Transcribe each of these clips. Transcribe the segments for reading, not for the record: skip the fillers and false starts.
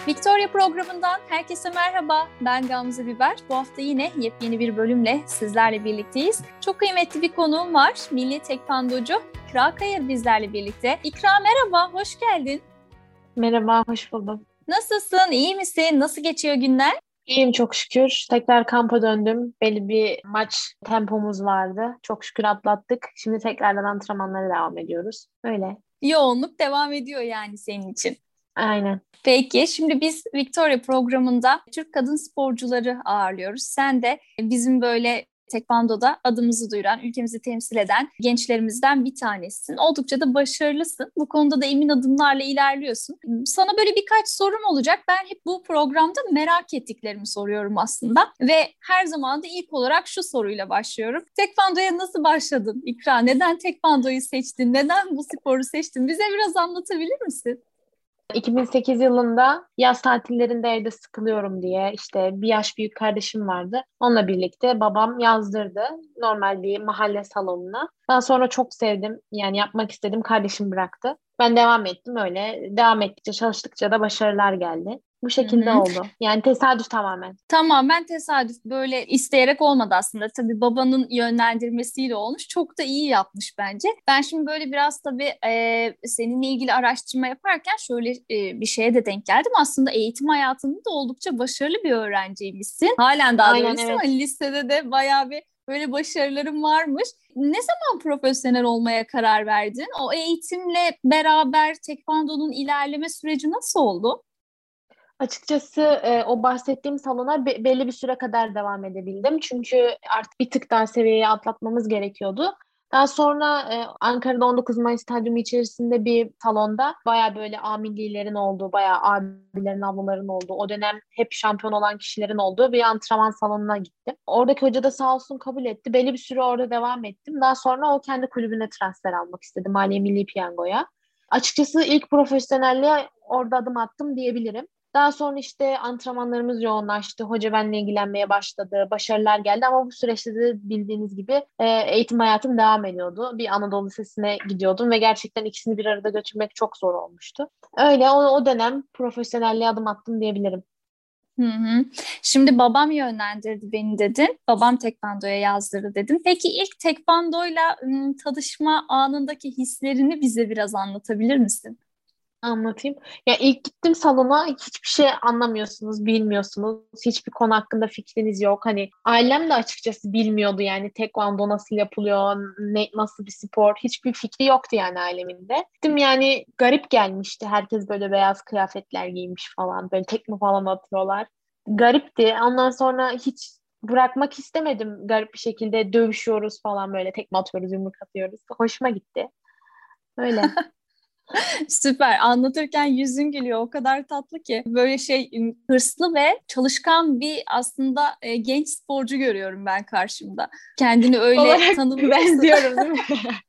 Victoria programından herkese merhaba. Ben Gamze Biber. Bu hafta yine yepyeni bir bölümle sizlerle birlikteyiz. Çok kıymetli bir konuğum var. Milli tekvandocu İkra Kayır bizlerle birlikte. İkra merhaba, hoş geldin. Merhaba, hoş buldum. Nasılsın, iyi misin? Nasıl geçiyor günler? İyiyim çok şükür. Tekrar kampa döndüm. Belli bir maç tempomuz vardı. Çok şükür atlattık. Şimdi tekrardan antrenmanlara devam ediyoruz. Öyle. Yoğunluk devam ediyor yani senin için. Aynen. Peki, şimdi biz Victoria programında Türk kadın sporcuları ağırlıyoruz. Sen de bizim böyle tekvandoda adımızı duyuran, ülkemizi temsil eden gençlerimizden bir tanesisin. Oldukça da başarılısın. Bu konuda da emin adımlarla ilerliyorsun. Sana böyle birkaç sorum olacak. Ben hep bu programda merak ettiklerimi soruyorum aslında. Ve her zaman da ilk olarak şu soruyla başlıyorum. Tekvandoya nasıl başladın İkra? Neden tekvandoyu seçtin? Neden bu sporu seçtin? Bize biraz anlatabilir misin? 2008 yılında yaz tatillerinde evde sıkılıyorum diye işte bir yaş büyük kardeşim vardı. Onunla birlikte babam yazdırdı normal bir mahalle salonuna. Ben sonra çok sevdim. Yani yapmak istedim. Kardeşim bıraktı. Ben devam ettim öyle. Devam ettikçe çalıştıkça da başarılar geldi. Bu Hı şekilde hı. oldu. Yani tesadüf tamamen. Tamamen tesadüf, böyle isteyerek olmadı aslında. Tabii babanın yönlendirmesiyle olmuş. Çok da iyi yapmış bence. Ben şimdi böyle biraz tabii seninle ilgili araştırma yaparken şöyle bir şeye de denk geldim. Aslında eğitim hayatında da oldukça başarılı bir öğrenciymişsin. Halen daha da Aynen öylesin ama evet. lisede de bayağı bir böyle başarılarım varmış. Ne zaman profesyonel olmaya karar verdin? O eğitimle beraber tekvandonun ilerleme süreci nasıl oldu? Açıkçası o bahsettiğim salona belli bir süre kadar devam edebildim. Çünkü artık bir tık daha seviyeyi atlatmamız gerekiyordu. Daha sonra Ankara'da 19 Mayıs Stadyumu içerisinde bir salonda baya böyle A millilerin olduğu, baya abilerin, ablaların olduğu, o dönem hep şampiyon olan kişilerin olduğu bir antrenman salonuna gittim. Oradaki hoca da sağ olsun kabul etti. Belli bir süre orada devam ettim. Daha sonra o kendi kulübüne transfer almak istedi, Maliye Milli Piyango'ya. Açıkçası ilk profesyonelliğe orada adım attım diyebilirim. Daha sonra işte antrenmanlarımız yoğunlaştı. Hoca benimle ilgilenmeye başladı. Başarılar geldi ama bu süreçte de bildiğiniz gibi eğitim hayatım devam ediyordu. Bir Anadolu Lisesi'ne gidiyordum ve gerçekten ikisini bir arada götürmek çok zor olmuştu. Öyle o dönem profesyonelliğe adım attım diyebilirim. Hı hı. Şimdi babam yönlendirdi beni dedin. Babam tekvandoya yazdırdı dedin. Peki ilk tekvandoyla tanışma anındaki hislerini bize biraz anlatabilir misin? Anlatayım. Ya ilk gittim salona hiçbir şey anlamıyorsunuz, bilmiyorsunuz. Hiçbir konu hakkında fikriniz yok. Hani ailem de açıkçası bilmiyordu yani tekvando nasıl yapılıyor, nasıl bir spor. Hiçbir fikri yoktu yani ailemin de. Gittim yani garip gelmişti. Herkes böyle beyaz kıyafetler giymiş falan. Böyle tekme falan atıyorlar. Garipti. Ondan sonra hiç bırakmak istemedim. Garip bir şekilde dövüşüyoruz falan böyle tekme atıyoruz, yumruk atıyoruz. Hoşuma gitti. Öyle. Süper. Anlatırken yüzün gülüyor. O kadar tatlı ki. Böyle şey hırslı ve çalışkan bir aslında genç sporcu görüyorum ben karşımda. Kendini öyle Olarak tanımlıyorsun. benziyorum değil mi?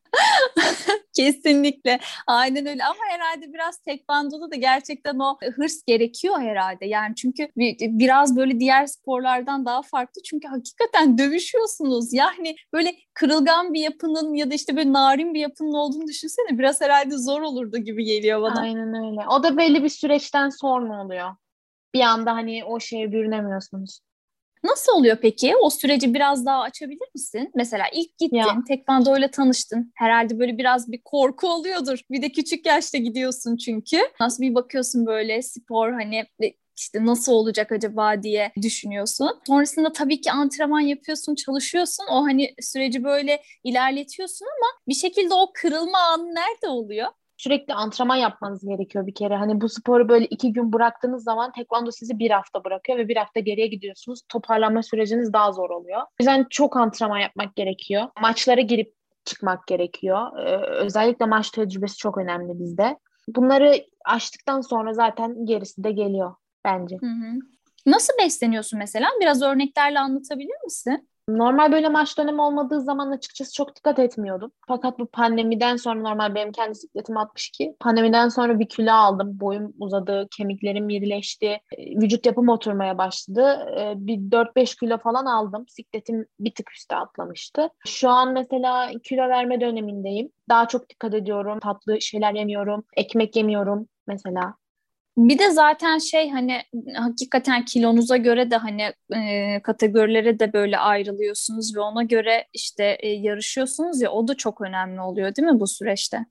Kesinlikle. Aynen öyle ama herhalde biraz tekvandoda da gerçekten o hırs gerekiyor herhalde. Yani çünkü biraz böyle diğer sporlardan daha farklı. Çünkü hakikaten dövüşüyorsunuz. Yani böyle kırılgan bir yapının ya da işte böyle narin bir yapının olduğunu düşünsene. Biraz herhalde zor olurdu gibi geliyor bana. Aynen öyle. O da belli bir süreçten sonra oluyor. Bir anda hani o şeye bürünemiyorsunuz. Nasıl oluyor peki? O süreci biraz daha açabilir misin? Mesela ilk Ya gittin, tekvandoyla tanıştın. Herhalde böyle biraz bir korku oluyordur. Bir de küçük yaşta gidiyorsun çünkü. Nasıl bir bakıyorsun böyle spor hani işte nasıl olacak acaba diye düşünüyorsun. Sonrasında tabii ki antrenman yapıyorsun, çalışıyorsun. O hani süreci böyle ilerletiyorsun ama bir şekilde o kırılma anı nerede oluyor? sürekli antrenman yapmanız gerekiyor bir kere. Hani bu sporu böyle 2 gün bıraktığınız zaman tekvando sizi bir hafta bırakıyor ve bir hafta geriye gidiyorsunuz. Toparlanma süreciniz daha zor oluyor. O yüzden çok antrenman yapmak gerekiyor. Maçlara girip çıkmak gerekiyor. Özellikle maç tecrübesi çok önemli bizde. Bunları aştıktan sonra zaten gerisi de geliyor bence. Hı hı. Nasıl besleniyorsun mesela? Biraz örneklerle anlatabilir misin? Normal böyle maç dönemi olmadığı zaman açıkçası çok dikkat etmiyordum. Fakat bu pandemiden sonra normal benim kendi sikletim 62. Pandemiden sonra bir kilo aldım. Boyum uzadı, kemiklerim irileşti. Vücut yapım oturmaya başladı. Bir 4-5 kilo falan aldım. Sikletim bir tık üste atlamıştı. Şu an mesela kilo verme dönemindeyim. Daha çok dikkat ediyorum. Tatlı şeyler yemiyorum. Ekmek yemiyorum mesela. Bir de zaten şey hani hakikaten kilonuza göre de hani kategorilere de böyle ayrılıyorsunuz ve ona göre işte yarışıyorsunuz ya, o da çok önemli oluyor değil mi bu süreçte?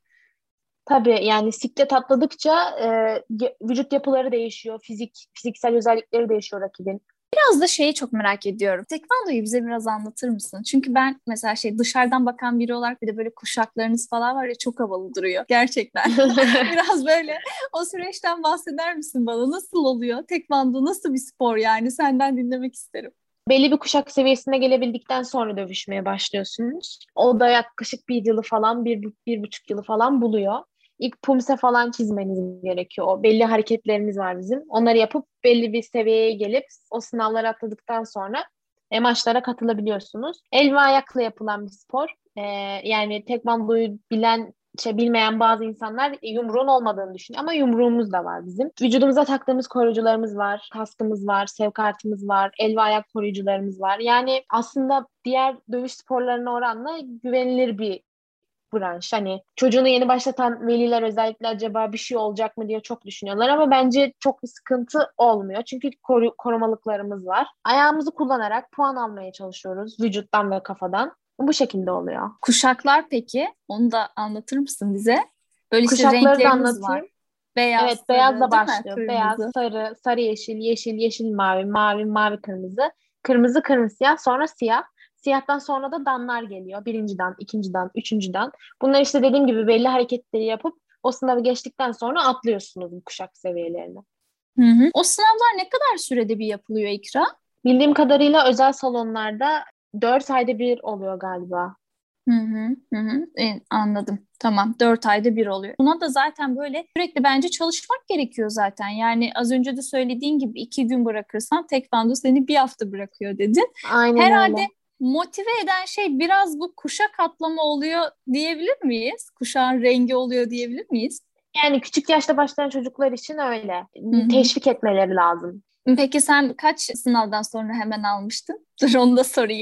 Tabii yani siklet atladıkça vücut yapıları değişiyor, fiziksel özellikleri değişiyor rakibin. Biraz da şeyi çok merak ediyorum. Tekvandoyu bize biraz anlatır mısın? Çünkü ben mesela şey dışarıdan bakan biri olarak bir de böyle kuşaklarınız falan var ya, çok havalı duruyor gerçekten. Biraz böyle o süreçten bahseder misin bana? Nasıl oluyor? Tekvando nasıl bir spor yani? Senden dinlemek isterim. Belli bir kuşak seviyesine gelebildikten sonra dövüşmeye başlıyorsunuz. O da yaklaşık bir yılı falan, bir buçuk yılı falan buluyor. İlk pumse falan çizmeniz gerekiyor. O belli hareketlerimiz var bizim. Onları yapıp belli bir seviyeye gelip o sınavları atladıktan sonra maçlara katılabiliyorsunuz. El ve ayakla yapılan bir spor. Yani tekvandoyu bilmeyen bazı insanlar yumruğun olmadığını düşünüyor. Ama yumruğumuz da var bizim. Vücudumuza taktığımız koruyucularımız var. Kaskımız var, sevkartımız var, el ve ayak koruyucularımız var. Yani aslında diğer dövüş sporlarına oranla güvenilir bir branş. Hani çocuğunu yeni başlatan veliler özellikle acaba bir şey olacak mı diye çok düşünüyorlar ama bence çok bir sıkıntı olmuyor. Çünkü korumalıklarımız var. Ayağımızı kullanarak puan almaya çalışıyoruz vücuttan ve kafadan. Bu şekilde oluyor. Kuşaklar peki? Onu da anlatır mısın bize? Böyle işte Kuşakları da renkleriniz var. anlatayım. Beyaz, Evet, beyazla sarı, değil mi? başlıyor. Beyaz, Kırmızı. sarı, sarı yeşil, yeşil, yeşil mavi, mavi, mavi kırmızı. Kırmızı, kırmızı siyah, sonra siyah. Siyahtan sonra da danlar geliyor. Birinci dan, ikinci dan, üçüncü dan. Bunlar işte dediğim gibi belli hareketleri yapıp o sınavı geçtikten sonra atlıyorsunuz bu kuşak seviyelerine. Hı hı. O sınavlar ne kadar sürede bir yapılıyor İkra? Bildiğim kadarıyla özel salonlarda 4 ayda bir oluyor galiba. Hı hı, hı hı. Anladım. Tamam. 4 ayda bir oluyor. Buna da zaten böyle sürekli bence çalışmak gerekiyor zaten. Yani az önce de söylediğin gibi 2 gün bırakırsan tekvando seni bir hafta bırakıyor dedin. Aynen Herhalde öyle. motive eden şey biraz bu kuşak atlama oluyor diyebilir miyiz? Kuşağın rengi oluyor diyebilir miyiz? Yani küçük yaşta başlayan çocuklar için öyle. Hı hı. Teşvik etmeleri lazım. Peki sen kaç sınavdan sonra hemen almıştın? Dur onu da sorayım.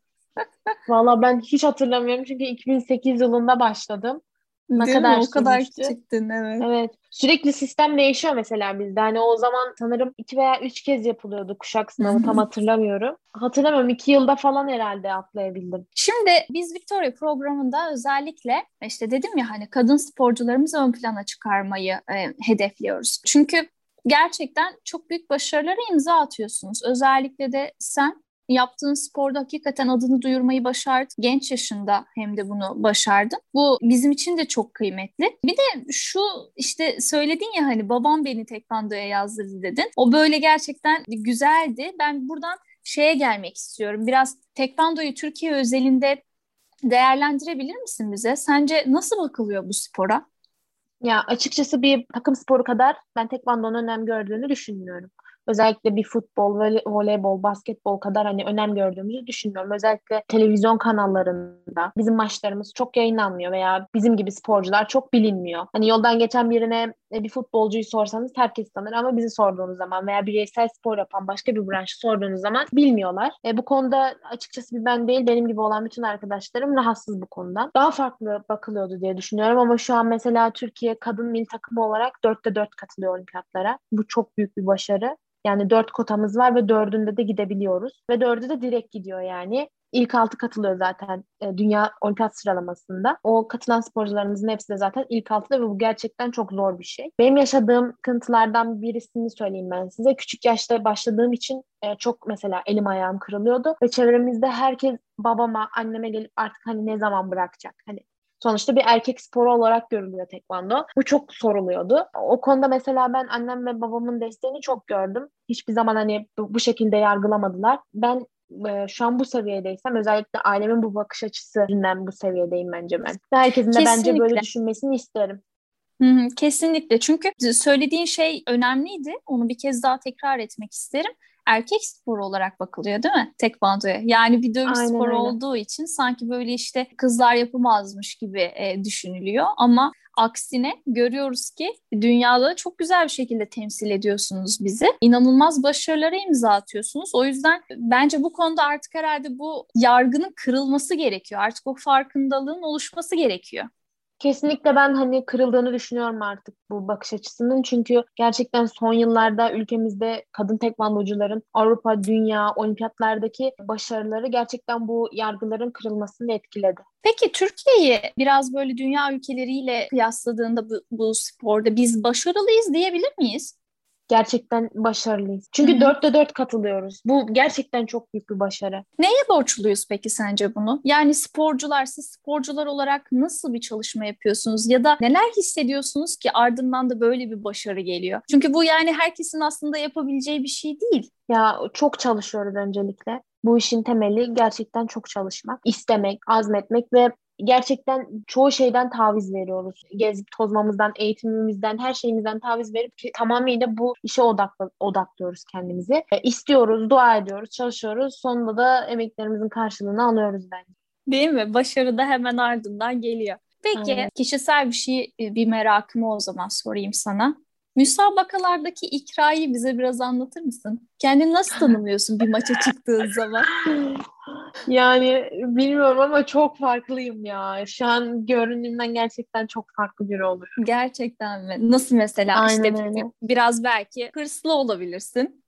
Valla ben hiç hatırlamıyorum çünkü 2008 yılında başladım. Ne Değil mi? kadar O kadar sürmüştü? küçüktün, evet. Evet. Sürekli sistem değişiyor mesela bizde. Hani o zaman sanırım 2 veya 3 kez yapılıyordu kuşak Hı sınavı. Tam hı. hatırlamıyorum. Hatırlamıyorum. 2 yılda falan herhalde atlayabildim. Şimdi biz Victoria programında özellikle işte dedim ya hani kadın sporcularımızı ön plana çıkarmayı hedefliyoruz. Çünkü gerçekten çok büyük başarılara imza atıyorsunuz. Özellikle de sen yaptığın sporda hakikaten adını duyurmayı başardın. Genç yaşında hem de bunu başardın. Bu bizim için de çok kıymetli. Bir de şu işte söyledin ya hani babam beni tekvandoya yazdırdı dedin. O böyle gerçekten güzeldi. Ben buradan şeye gelmek istiyorum. Biraz tekvandoyu Türkiye özelinde değerlendirebilir misin bize? Sence nasıl bakılıyor bu spora? Ya açıkçası bir takım sporu kadar ben tekvandonun önem gördüğünü düşünmüyorum. Özellikle bir futbol, voleybol, basketbol kadar hani önem gördüğümüzü düşünmüyorum. Özellikle televizyon kanallarında bizim maçlarımız çok yayınlanmıyor veya bizim gibi sporcular çok bilinmiyor. Hani yoldan geçen birine bir futbolcuyu sorsanız herkes tanır ama bizi sorduğunuz zaman veya bireysel spor yapan başka bir branşı sorduğunuz zaman bilmiyorlar. Bu konuda açıkçası bir ben değil benim gibi olan bütün arkadaşlarım rahatsız bu konudan. Daha farklı bakılıyordu diye düşünüyorum ama şu an mesela Türkiye kadın milli takımı olarak 4'te 4 katılıyor olimpiyatlara. Bu çok büyük bir başarı. Yani 4 kotamız var ve 4'ünde de gidebiliyoruz. Ve 4'ü de direkt gidiyor yani. İlk 6 katılıyor zaten dünya olimpiyat sıralamasında. O katılan sporcularımızın hepsi de zaten ilk 6'da ve bu gerçekten çok zor bir şey. Benim yaşadığım sıkıntılardan birisini söyleyeyim ben size. Küçük yaşta başladığım için çok mesela elim ayağım kırılıyordu ve çevremizde herkes babama, anneme gelip artık hani ne zaman bırakacak? Hani sonuçta bir erkek sporu olarak görülüyor tekvando. Bu çok soruluyordu. O konuda mesela ben annem ve babamın desteğini çok gördüm. Hiçbir zaman hani bu şekilde yargılamadılar. Ben şu an bu seviyedeysem özellikle ailemin bu bakış açısı yüzünden bu seviyedeyim bence ben. Ve herkesin de bence böyle Kesinlikle. düşünmesini isterim. Hı hı, kesinlikle. Çünkü söylediğin şey önemliydi. Onu bir kez daha tekrar etmek isterim. Erkek sporu olarak bakılıyor değil mi? Tekvandoya. Yani bir dövüş Aynen sporu öyle. olduğu için sanki böyle işte kızlar yapamazmış gibi düşünülüyor. Ama aksine görüyoruz ki dünyada çok güzel bir şekilde temsil ediyorsunuz bizi. İnanılmaz başarılara imza atıyorsunuz. O yüzden bence bu konuda artık herhalde bu yargının kırılması gerekiyor. Artık o farkındalığın oluşması gerekiyor. Kesinlikle ben hani kırıldığını düşünüyorum artık bu bakış açısının. Çünkü gerçekten son yıllarda ülkemizde kadın tekvandocuların Avrupa, dünya, olimpiyatlardaki başarıları gerçekten bu yargıların kırılmasını etkiledi. Peki Türkiye'yi biraz böyle dünya ülkeleriyle kıyasladığında bu sporda biz başarılıyız diyebilir miyiz? Gerçekten başarılıyız. Hı Çünkü hı. 4'te 4 katılıyoruz. Bu gerçekten çok büyük bir başarı. Neye borçluyuz peki sence bunu? Yani sporcular, siz sporcular olarak nasıl bir çalışma yapıyorsunuz ya da neler hissediyorsunuz ki ardından da böyle bir başarı geliyor? Çünkü bu yani herkesin aslında yapabileceği bir şey değil. Ya çok çalışıyoruz öncelikle. Bu işin temeli gerçekten çok çalışmak, istemek, azmetmek ve gerçekten çoğu şeyden taviz veriyoruz. Gezip tozmamızdan, eğitimimizden, her şeyimizden taviz verip tamamıyla bu işe odaklıyoruz kendimizi. İstiyoruz, dua ediyoruz, çalışıyoruz. Sonunda da emeklerimizin karşılığını alıyoruz bence. Değil mi? Başarı da hemen ardından geliyor. Peki Aynen. kişisel bir şey, bir merakımı o zaman sorayım sana. Müsabakalardaki ikrayı bize biraz anlatır mısın? Kendini nasıl tanımlıyorsun bir maça çıktığın zaman? Yani bilmiyorum ama çok farklıyım ya. Şu an görünümden gerçekten çok farklı biri oluyor. Gerçekten mi? Nasıl mesela işte Aynen öyle. biraz belki hırslı olabilirsin.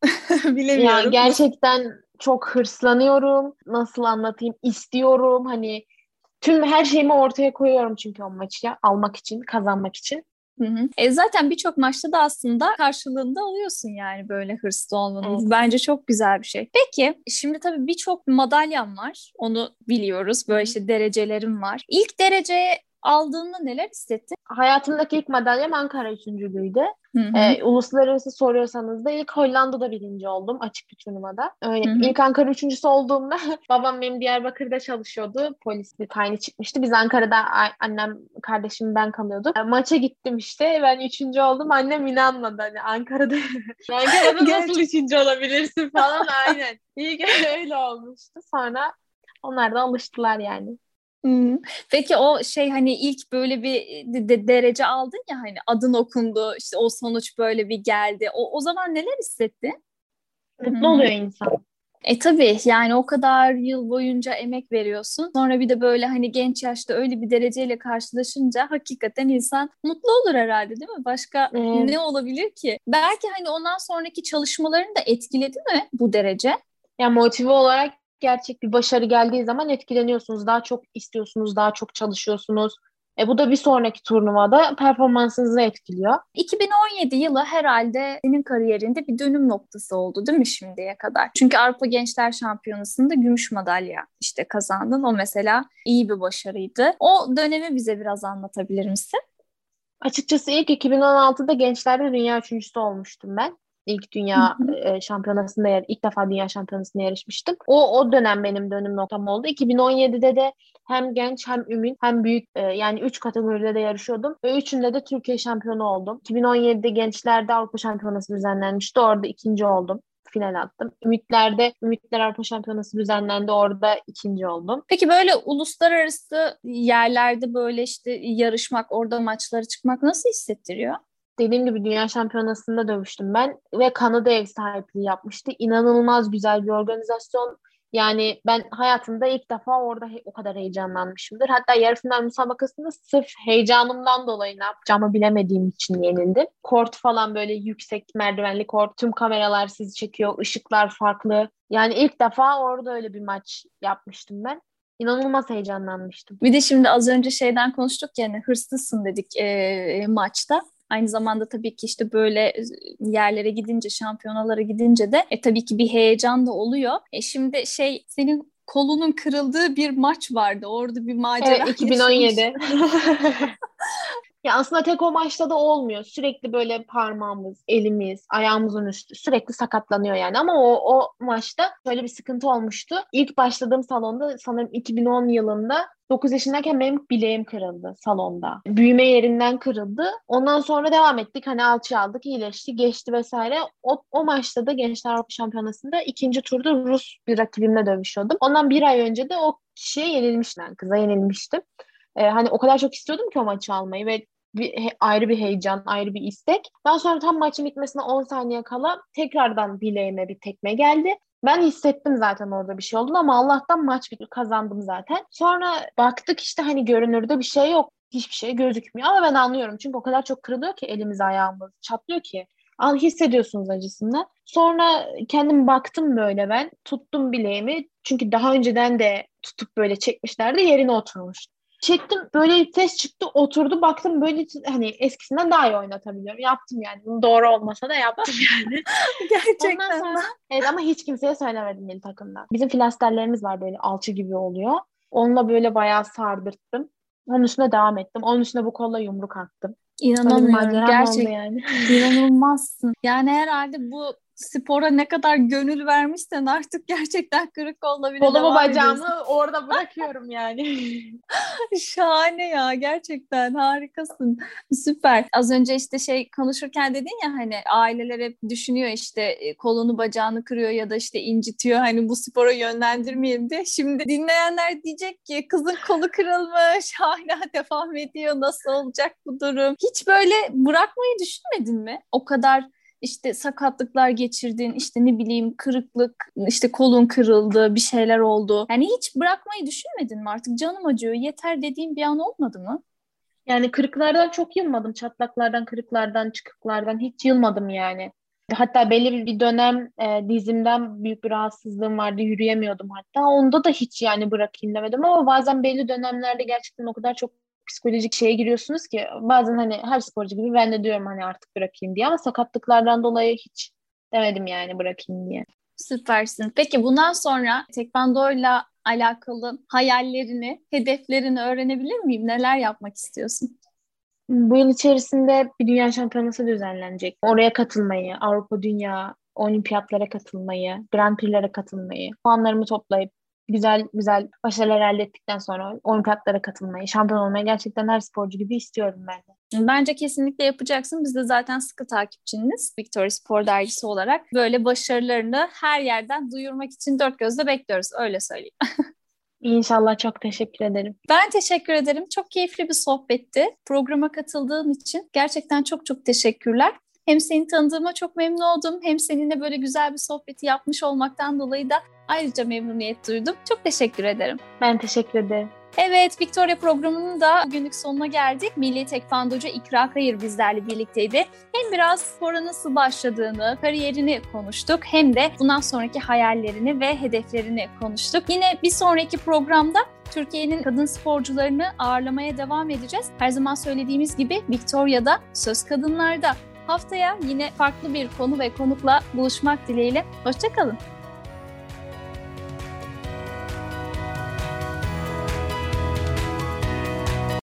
Ya Bilemiyorum. Nasıl? gerçekten çok hırslanıyorum. Nasıl anlatayım? İstiyorum. Hani tüm her şeyimi ortaya koyuyorum çünkü o maçı almak için, kazanmak için. Hı hı. Zaten birçok maçta da aslında karşılığında alıyorsun yani böyle hırslı Evet. olmanın. Bence çok güzel bir şey. Peki şimdi tabii birçok madalyam var. Onu biliyoruz. Hı Böyle hı. işte derecelerim var. İlk dereceye aldığında neler hissettin? Hayatımdaki ilk madalyam Ankara üçüncülüğüydü. Hı hı. Uluslararası soruyorsanız da ilk Hollanda'da birinci oldum açık bir turnuvada. Öyle, Hı hı. ilk Ankara üçüncüsü olduğumda babam benim Diyarbakır'da çalışıyordu. Polis bir tayini çıkmıştı. Biz Ankara'da annem, kardeşim ben kalıyorduk. Maça gittim işte. Ben üçüncü oldum. Annem inanmadı. Hani Ankara'da Ankara'da nasıl Gerçekten. üçüncü olabilirsin falan. Aynen. İlk öyle olmuştu. Sonra onlar da alıştılar yani. Hı. Peki o şey hani ilk böyle bir derece aldın ya hani adın okundu işte o sonuç böyle bir geldi. O zaman neler hissettin? Hı Mutlu hı. oluyor insan. Tabii yani o kadar yıl boyunca emek veriyorsun. Sonra bir de böyle hani genç yaşta öyle bir dereceyle karşılaşınca hakikaten insan mutlu olur herhalde değil mi? Başka Ee, ne olabilir ki? Belki hani ondan sonraki çalışmalarını da etkiledi mi bu derece? Yani motive olarak gerçek bir başarı geldiği zaman etkileniyorsunuz. Daha çok istiyorsunuz, daha çok çalışıyorsunuz. Bu da bir sonraki turnuvada performansınızı etkiliyor. 2017 yılı herhalde senin kariyerinde bir dönüm noktası oldu değil mi şimdiye kadar? Çünkü Avrupa Gençler Şampiyonası'nda gümüş madalya işte kazandın. O mesela iyi bir başarıydı. O dönemi bize biraz anlatabilir misin? Açıkçası ilk 2016'da gençlerde dünya üçüncüsü olmuştum ben. İlk Hı dünya hı. şampiyonasında ilk defa dünya şampiyonasında yarışmıştım. O dönem benim dönüm noktam oldu. 2017'de de hem genç hem ümit hem büyük yani 3 kategoride de yarışıyordum ve üçünde de Türkiye şampiyonu oldum. 2017'de gençlerde Avrupa Şampiyonası düzenlenmişti. Orada ikinci oldum. Final attım. Ümitler Avrupa Şampiyonası düzenlendi. Orada ikinci oldum. Peki böyle uluslararası yerlerde böyle işte yarışmak, orada maçlara çıkmak nasıl hissettiriyor? Dediğim gibi Dünya Şampiyonası'nda dövüştüm ben ve Kanada ev sahipliği yapmıştı. İnanılmaz güzel bir organizasyon. Yani ben hayatımda ilk defa orada o kadar heyecanlanmışımdır. Hatta yarı final müsabakasında sırf heyecanımdan dolayı ne yapacağımı bilemediğim için yenildim. Kort falan böyle yüksek merdivenli kort. Tüm kameralar sizi çekiyor. Işıklar farklı. Yani ilk defa orada öyle bir maç yapmıştım ben. İnanılmaz heyecanlanmıştım. Bir de şimdi az önce şeyden konuştuk ya hani hırslısın dedik maçta. Aynı zamanda tabii ki işte böyle yerlere gidince, şampiyonalara gidince de tabii ki bir heyecan da oluyor. Şimdi şey senin kolunun kırıldığı bir maç vardı. Orada bir macera Evet, yaşamış. 2017. Ya aslında tek o maçta da olmuyor. Sürekli böyle parmağımız, elimiz, ayağımızın üstü sürekli sakatlanıyor yani. Ama o maçta şöyle bir sıkıntı olmuştu. İlk başladığım salonda sanırım 2010 yılında 9 yaşındayken benim bileğim kırıldı salonda. Büyüme yerinden kırıldı. Ondan sonra devam ettik. Hani alçı aldık, iyileşti, geçti vesaire. O maçta da Gençler Avrupa Şampiyonası'nda ikinci turda Rus bir rakibimle dövüşüyordum. Ondan bir ay önce de o kişiye yenilmiştim. Yani kıza yenilmiştim. Hani o kadar çok istiyordum ki o maçı almayı ve ayrı bir heyecan, ayrı bir istek. Daha sonra tam maçın bitmesine 10 saniye kala tekrardan bileğime bir tekme geldi. Ben hissettim zaten orada bir şey olduğunu ama Allah'tan maç bitti, kazandım zaten. Sonra baktık işte hani görünürde bir şey yok. Hiçbir şey gözükmüyor ama ben anlıyorum. Çünkü o kadar çok kırılıyor ki elimiz ayağımız. Çatlıyor ki. Hissediyorsunuz acısını. Sonra kendim baktım böyle ben. Tuttum bileğimi. Çünkü daha önceden de tutup böyle çekmişlerdi. Yerine oturmuş. Çektim böyle bir ses çıktı oturdu baktım böyle hani eskisinden daha iyi oynatabiliyorum. Yaptım yani. Bunu doğru olmasa da yaptım yani. Ondan Gerçekten. sonra evet ama hiç kimseye söylemedim milli takımda. Bizim filasterlerimiz var böyle alçı gibi oluyor. Onunla böyle bayağı sardırttım. Onun üstüne devam ettim. Onun üstüne bu kolla yumruk attım. Öyle bir İnanamıyorum. maceram oldu Gerçek yani. inanılmazsın. Yani herhalde bu spora ne kadar gönül vermişsen artık gerçekten kırık kolla bile Kolumu devam ediyorsun. bacağımı orada bırakıyorum yani. Şahane ya, gerçekten harikasın. Süper. Az önce işte konuşurken dedin ya, hani aileler hep düşünüyor işte kolunu bacağını kırıyor ya da işte incitiyor, hani bu spora yönlendirmeyelim diye. Şimdi dinleyenler diyecek ki kızın kolu kırılmış hala devam ediyor, nasıl olacak bu durum? Hiç böyle bırakmayı düşünmedin mi? O kadar işte sakatlıklar geçirdin, işte ne bileyim kırıklık, işte kolun kırıldı, bir şeyler oldu. Yani hiç bırakmayı düşünmedin mi? Artık canım acıyor, yeter dediğin bir an olmadı mı? Yani kırıklardan çok yılmadım. Çatlaklardan, kırıklardan, çıkıklardan hiç yılmadım yani. Hatta belli bir dönem dizimden büyük bir rahatsızlığım vardı. Yürüyemiyordum hatta. Onda da hiç yani bırakayım demedim ama bazen belli dönemlerde gerçekten o kadar çok psikolojik şeye giriyorsunuz ki bazen hani her sporcu gibi ben de diyorum hani artık bırakayım diye ama sakatlıklardan dolayı hiç demedim yani bırakayım diye. Süpersin. Peki bundan sonra tekvandoyla alakalı hayallerini, hedeflerini öğrenebilir miyim? Neler yapmak istiyorsun? Bu yıl içerisinde bir dünya şampiyonası düzenlenecek. Oraya katılmayı, Avrupa Dünya Olimpiyatlara katılmayı, Grand Prix'lere katılmayı, puanlarımı toplayıp güzel güzel başarılar elde ettikten sonra olimpiyatlara katılmayı, şampiyon olmayı gerçekten her sporcu gibi istiyorum ben de. Bence kesinlikle yapacaksın. Biz de zaten sıkı takipçiniz Victoria Spor Dergisi olarak. Böyle başarılarını her yerden duyurmak için dört gözle bekliyoruz. Öyle söyleyeyim. İnşallah çok teşekkür ederim. Ben teşekkür ederim. Çok keyifli bir sohbetti. Programa katıldığın için gerçekten çok çok teşekkürler. Hem seni tanıdığıma çok memnun oldum, hem seninle böyle güzel bir sohbeti yapmış olmaktan dolayı da ayrıca memnuniyet duydum. Çok teşekkür ederim. Ben teşekkür ederim. Evet, Victoria programının da bugünlük sonuna geldik. Milli Tekvandocu İkra Kayır bizlerle birlikteydi. Hem biraz spora nasıl başladığını, kariyerini konuştuk, hem de bundan sonraki hayallerini ve hedeflerini konuştuk. Yine bir sonraki programda Türkiye'nin kadın sporcularını ağırlamaya devam edeceğiz. Her zaman söylediğimiz gibi Victoria'da söz kadınlarda. Haftaya yine farklı bir konu ve konukla buluşmak dileğiyle. Hoşça kalın.